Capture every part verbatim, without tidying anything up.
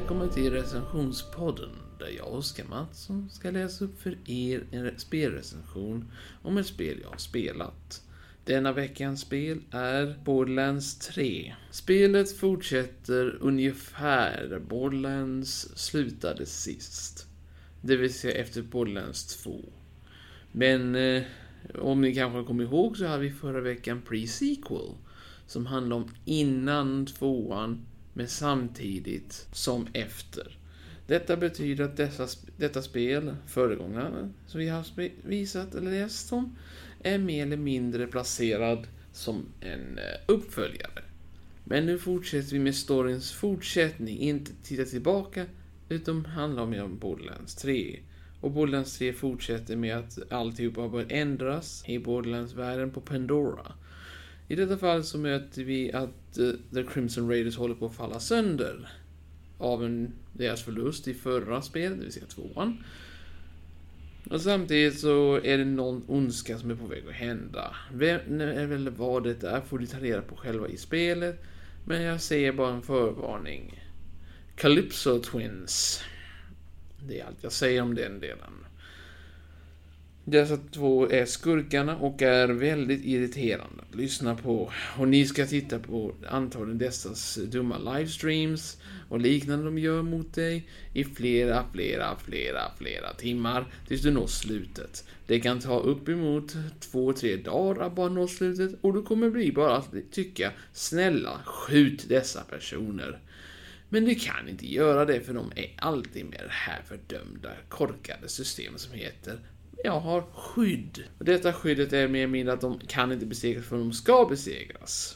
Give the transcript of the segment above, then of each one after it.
välkommen till recensionspodden där jag, Oskar Mattsson, ska läsa upp för er en spelrecension om ett spel jag har spelat. Denna veckans spel är Borderlands tre. Spelet fortsätter ungefär där Borderlands slutade sist. Det vill säga efter Borderlands två. Men eh, om ni kanske kommer ihåg så hade vi förra veckan pre-sequel som handlar om innan tvåan men samtidigt som efter. Detta betyder att dessa, detta spel, föregångarna som vi har visat eller läst om, är mer eller mindre placerad som en uppföljare. Men nu fortsätter vi med storyns fortsättning, inte titta tillbaka, utan handlar om, om Borderlands tre. Och Borderlands tre fortsätter med att alltihop har börjat ändras i Borderlands-världen på Pandora. I detta fall så möter vi att uh, The Crimson Raiders håller på att falla sönder av en, deras förlust i förra spelet, det vill säga tvåan. Och samtidigt så är det någon ondska som är på väg att hända. Vem eller vad det är får du ta reda på själva i spelet, men jag säger bara en förvarning. Calypso Twins. Det är allt jag säger om den delen. Dessa två är skurkarna och är väldigt irriterande att lyssna på. Och ni ska titta på antagligen dessas dumma livestreams och liknande de gör mot dig i flera, flera, flera, flera timmar tills du når slutet. Det kan ta upp emot två, tre dagar att bara nå slutet och du kommer bli bara att tycka, snälla, skjut dessa personer. Men du kan inte göra det för de är alltid med det här fördömda, korkade system som heter jag har skydd. Och detta skyddet är mer eller mindre att de kan inte besegras för de ska besegras.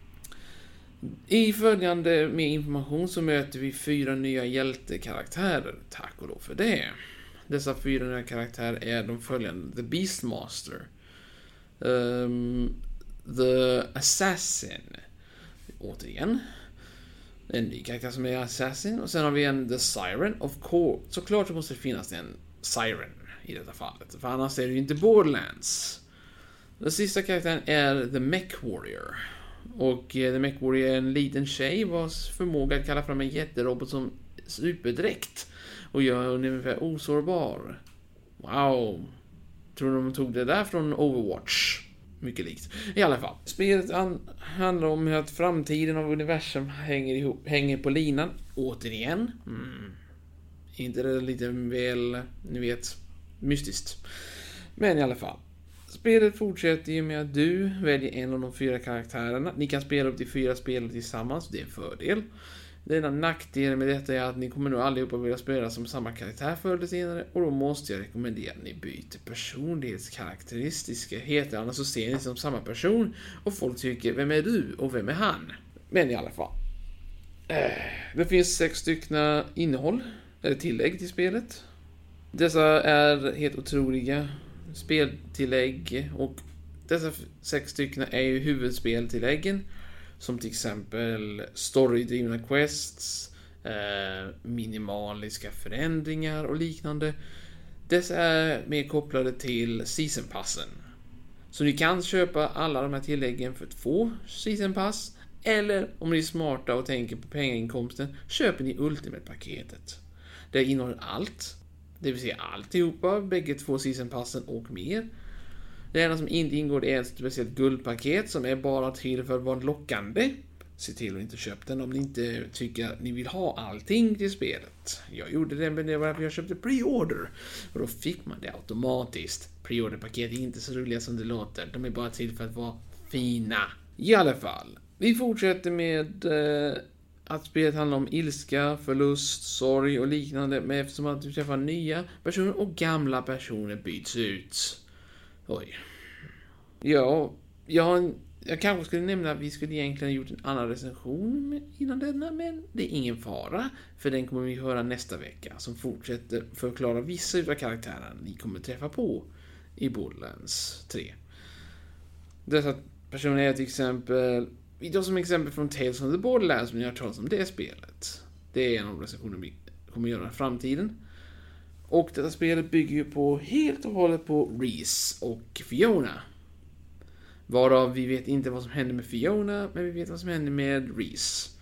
I följande med information så möter vi fyra nya hjältekaraktärer. Tack och lov för det. Dessa fyra nya karaktärer är de följande: The Beastmaster, um, The Assassin, återigen en ny karaktär som är Assassin, och sen har vi en The Siren. Of course, såklart så måste det finnas en Siren i detta fallet, för annars är det ju inte Borderlands. Den sista karaktären är The Mech Warrior. Och The Mech Warrior är en liten tjej vars förmåga att kalla fram en jätterobot som superdräkt och gör ungefär osårbar. Wow. Tror de tog det där från Overwatch? Mycket likt. I alla fall. Spelet an- handlar om att framtiden av universum hänger ihop, hänger på linan. Återigen. Mm. Inte det lite väl, ni vet, mystiskt. Men i alla fall. Spelet fortsätter ju med att du väljer en av de fyra karaktärerna. Ni kan spela upp till fyra spel tillsammans. Det är en fördel. Den enda nackdelen med detta är att ni kommer nog allihopa vilja spela som samma karaktär förr eller senare. Och då måste jag rekommendera att ni byter personlighetskaraktäristiska heter. Annars så ser ni som samma person. Och folk tycker, vem är du och vem är han? Men i alla fall. Det finns sex stycken innehåll. Eller tillägg till spelet. Dessa är helt otroliga speltillägg. Och dessa sex stycken är ju huvudspeltilläggen. Som till exempel storydrivna quests, eh, minimaliska förändringar och liknande. Dessa är mer kopplade till seasonpassen. Så ni kan köpa alla de här tilläggen för två seasonpass. Eller om ni är smarta och tänker på pengainkomsten, köper ni Ultimate-paketet. Det innehåller allt. Det vill säga alltihopa, bägge två seasonpassen och mer. Det enda som inte ingår är ett speciellt guldpaket som är bara till för att vara lockande. Se till att inte köpa den om ni inte tycker att ni vill ha allting till spelet. Jag gjorde det, men det var att jag köpte pre-order. Och då fick man det automatiskt. Pre-order-paket är inte så roliga som det låter. De är bara till för att vara fina. I alla fall. Vi fortsätter med eh, att spelet handlar om ilska, förlust, sorg och liknande. Men eftersom att du träffar nya personer och gamla personer byts ut. Oj. Ja, jag, jag kanske skulle nämna att vi skulle egentligen ha gjort en annan recension innan denna, men det är ingen fara, för den kommer vi höra nästa vecka, som fortsätter förklara vissa av karaktärerna ni kommer träffa på i Borderlands tre. Dessa personer är till exempel, vi tar som exempel från Tales of the Borderlands, som ni har talat om det spelet. Det är en av recensionerna vi kommer göra i framtiden. Och detta spelet bygger ju på helt och hållet på Rhys och Fiona. Varav vi vet inte vad som händer med Fiona, men vi vet vad som händer med Rhys.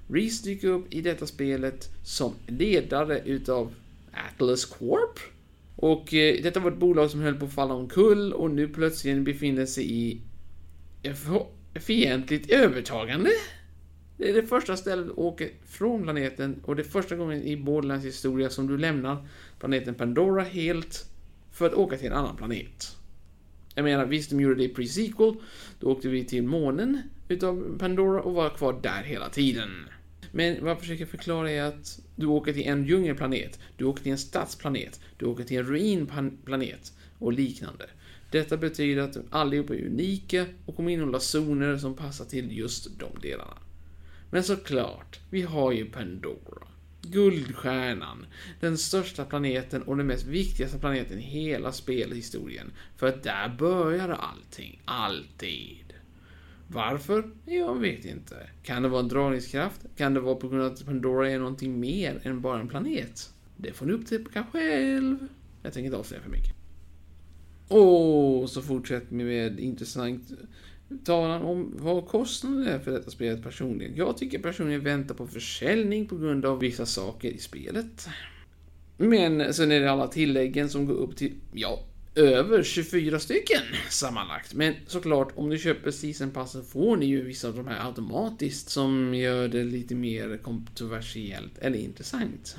Reese dyker upp i detta spelet som ledare utav Atlas Corp. Och eh, detta var ett bolag som höll på att falla omkull och nu plötsligt befinner sig i fientligt övertagande. Det är det första stället du åker från planeten och det är första gången i Borderlands historia som du lämnar planeten Pandora helt för att åka till en annan planet. Jag menar, visst de gjorde det i pre-sequel, då åkte vi till månen utav Pandora och var kvar där hela tiden. Men vad jag försöker förklara är att du åker till en djungelplanet, du åker till en stadsplanet, du åker till en ruinplanet och liknande. Detta betyder att allihopa är unika och kommer innehålla zoner som passar till just de delarna. Men såklart, vi har ju Pandora. Guldstjärnan, den största planeten och den mest viktigaste planeten i hela spelhistorien. För att där börjar allting, alltid. Varför? Jag vet inte. Kan det vara en dragningskraft? Kan det vara på grund av att Pandora är någonting mer än bara en planet? Det får ni upptäcka själv. Jag tänker inte avslöja för mycket. Och så fortsätter vi med intressant talan om vad kostnaden är för detta spelet personligen. Jag tycker personligen väntar på försäljning på grund av vissa saker i spelet. Men sen är det alla tilläggen som går upp till, ja, över tjugofyra stycken sammanlagt. Men såklart, om du köper Season Pass så får ni ju vissa av de här automatiskt som gör det lite mer kontroversiellt eller intressant.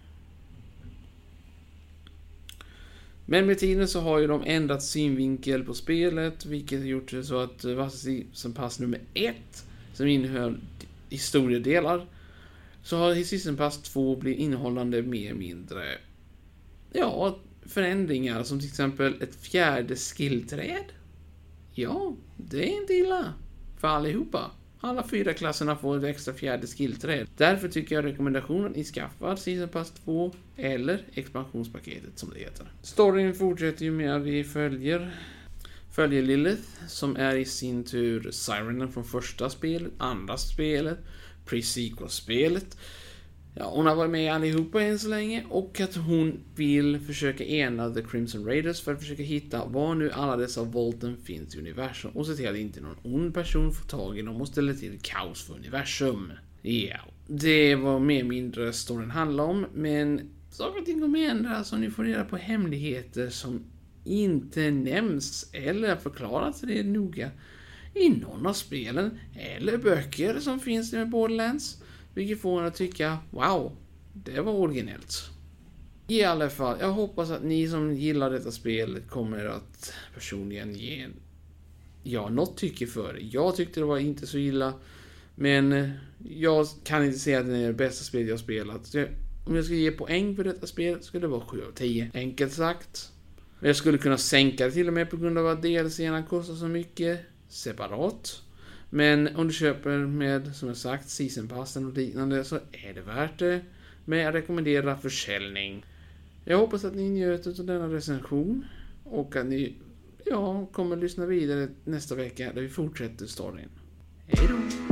Men med tiden så har ju de ändrat synvinkel på spelet, vilket har gjort det så att Season Pass nummer ett, som innehöll historiedelar, så har Season Pass två blivit innehållande mer eller mindre, ja, förändringar, som till exempel ett fjärde skillträd. Ja, det är inte illa för allihopa. Alla fyra klasserna får ett extra fjärde skillträd. Därför tycker jag rekommendationen ni skaffar Season Pass två eller expansionspaketet som det heter. Storyn fortsätter ju med att vi följer följer Lilith, som är i sin tur Sirenen från första spelet, andra spelet, pre-sequel-spelet. Ja, hon har varit med allihopa än så länge och att hon vill försöka ena The Crimson Raiders för att försöka hitta var nu alla dessa volten finns i universum och se till att inte någon ond person får tag i dem och ställer till kaos för universum. Ja, det var mer mindre storyn handlar om, men saker och ting kommer ändras och ni får reda på hemligheter som inte nämns eller förklaras det noga i någon av spelen eller böcker som finns med Borderlands. Vilket får en att tycka, wow, det var originellt. I alla fall, jag hoppas att ni som gillar detta spel kommer att personligen ge en, ja, något tycke för det. Jag tyckte det var inte så illa, men jag kan inte säga att det är det bästa spelet jag spelat. Så om jag ska ge poäng för detta spel skulle det vara sju av tio. Enkelt sagt. Jag skulle kunna sänka det till och med på grund av att D L C-erna kostar så mycket separat. Men om du köper med, som jag sagt, Season Passen och liknande så är det värt det. Men jag rekommenderar försäljning. Jag hoppas att ni njöt av denna recension och att ni, ja, kommer att lyssna vidare nästa vecka där vi fortsätter storyn. Hej då!